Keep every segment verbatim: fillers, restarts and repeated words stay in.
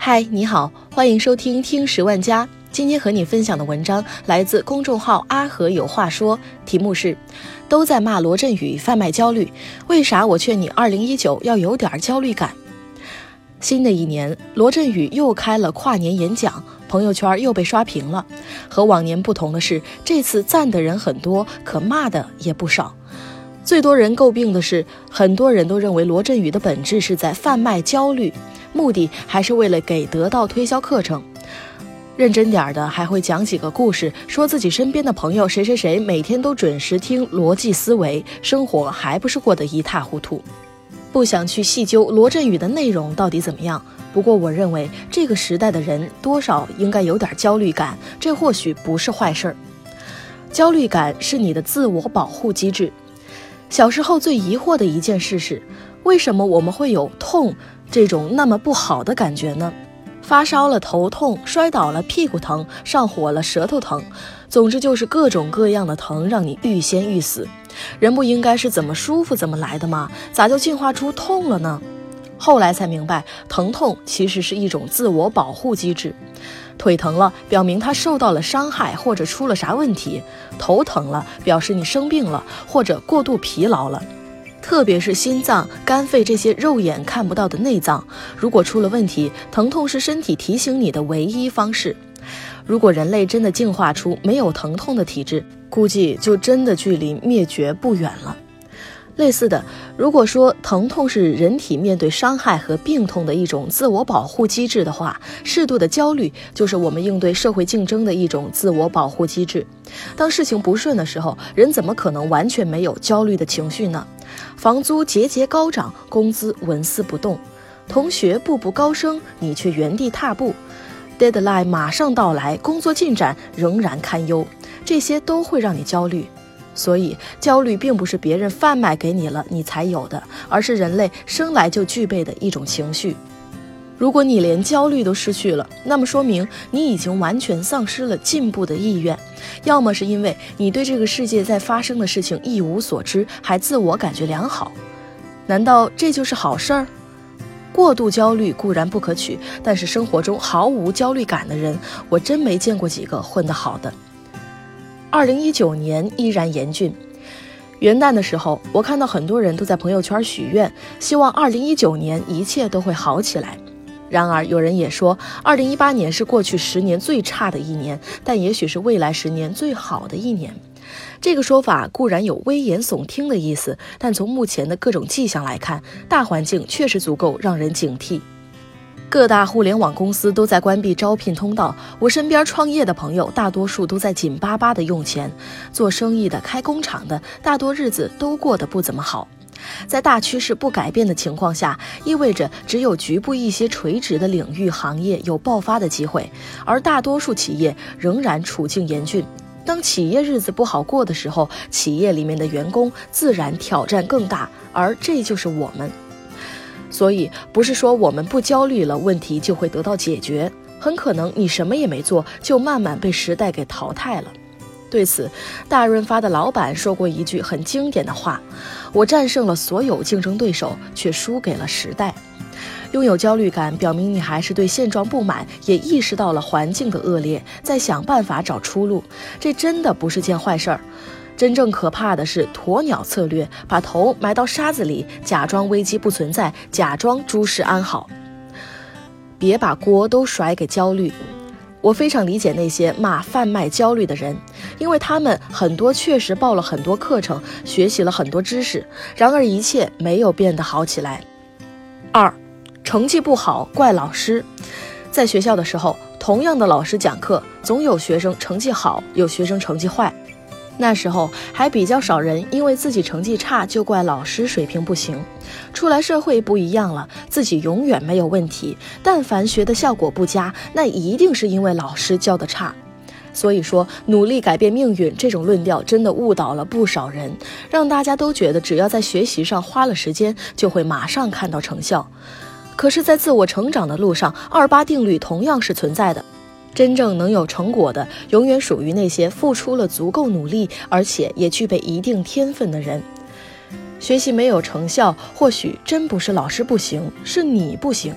嗨，你好，欢迎收听听十万加。今天和你分享的文章来自公众号阿和有话说，题目是都在骂罗振宇贩卖焦虑，为啥我劝你二零一九要有点焦虑感。新的一年，罗振宇又开了跨年演讲，朋友圈又被刷屏了。和往年不同的是，这次赞的人很多，可骂的也不少。最多人诟病的是，很多人都认为罗振宇的本质是在贩卖焦虑，目的还是为了给得到推销课程。认真点的还会讲几个故事，说自己身边的朋友谁谁谁每天都准时听逻辑思维，生活还不是过得一塌糊涂。不想去细究罗振宇的内容到底怎么样，不过我认为这个时代的人多少应该有点焦虑感，这或许不是坏事儿。焦虑感是你的自我保护机制。小时候最疑惑的一件事是，为什么我们会有痛这种那么不好的感觉呢？发烧了头痛，摔倒了屁股疼，上火了舌头疼，总之就是各种各样的疼让你欲仙欲死。人不应该是怎么舒服怎么来的吗？咋就进化出痛了呢？后来才明白，疼痛其实是一种自我保护机制。腿疼了，表明它受到了伤害或者出了啥问题；头疼了，表示你生病了或者过度疲劳了。特别是心脏、肝肺这些肉眼看不到的内脏，如果出了问题，疼痛是身体提醒你的唯一方式。如果人类真的进化出没有疼痛的体质，估计就真的距离灭绝不远了。类似的，如果说疼痛是人体面对伤害和病痛的一种自我保护机制的话，适度的焦虑就是我们应对社会竞争的一种自我保护机制。当事情不顺的时候，人怎么可能完全没有焦虑的情绪呢？房租节节高涨，工资纹丝不动；同学步步高升，你却原地踏步； deadline 马上到来，工作进展仍然堪忧，这些都会让你焦虑。所以焦虑并不是别人贩卖给你了你才有的，而是人类生来就具备的一种情绪。如果你连焦虑都失去了，那么说明你已经完全丧失了进步的意愿，要么是因为你对这个世界在发生的事情一无所知，还自我感觉良好。难道这就是好事儿？过度焦虑固然不可取，但是生活中毫无焦虑感的人，我真没见过几个混得好的。二零一九年依然严峻。元旦的时候，我看到很多人都在朋友圈许愿，希望二零一九年一切都会好起来。然而有人也说，二零一八年是过去十年最差的一年，但也许是未来十年最好的一年。这个说法固然有危言耸听的意思，但从目前的各种迹象来看，大环境确实足够让人警惕。各大互联网公司都在关闭招聘通道，我身边创业的朋友大多数都在紧巴巴的用钱，做生意的、开工厂的，大多日子都过得不怎么好。在大趋势不改变的情况下，意味着只有局部一些垂直的领域行业有爆发的机会，而大多数企业仍然处境严峻。当企业日子不好过的时候，企业里面的员工自然挑战更大，而这就是我们。所以不是说我们不焦虑了，问题就会得到解决，很可能你什么也没做，就慢慢被时代给淘汰了。对此，大润发的老板说过一句很经典的话：我战胜了所有竞争对手，却输给了时代。拥有焦虑感表明你还是对现状不满，也意识到了环境的恶劣，在想办法找出路，这真的不是件坏事儿。真正可怕的是鸵鸟策略，把头埋到沙子里，假装危机不存在，假装诸事安好。别把锅都甩给焦虑。我非常理解那些骂贩卖焦虑的人，因为他们很多确实报了很多课程，学习了很多知识，然而一切没有变得好起来。二，成绩不好怪老师。在学校的时候，同样的老师讲课，总有学生成绩好，有学生成绩坏。那时候还比较少人因为自己成绩差就怪老师水平不行。出来社会不一样了，自己永远没有问题，但凡学的效果不佳，那一定是因为老师教的差。所以说，努力改变命运这种论调真的误导了不少人，让大家都觉得只要在学习上花了时间，就会马上看到成效。可是在自我成长的路上，二八定律同样是存在的。真正能有成果的，永远属于那些付出了足够努力，而且也具备一定天分的人。学习没有成效，或许真不是老师不行，是你不行。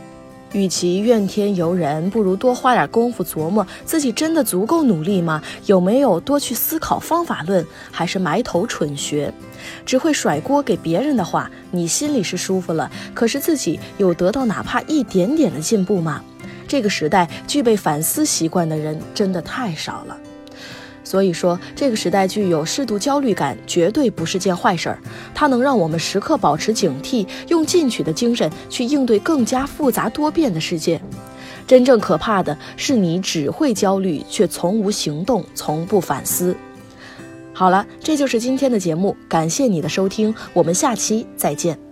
与其怨天尤人，不如多花点功夫琢磨自己真的足够努力吗？有没有多去思考方法论，还是埋头蠢学？只会甩锅给别人的话，你心里是舒服了，可是自己有得到哪怕一点点的进步吗？这个时代具备反思习惯的人真的太少了。所以说，这个时代具有适度焦虑感，绝对不是件坏事儿。它能让我们时刻保持警惕，用进取的精神去应对更加复杂多变的世界。真正可怕的是你只会焦虑，却从无行动，从不反思。好了，这就是今天的节目，感谢你的收听，我们下期再见。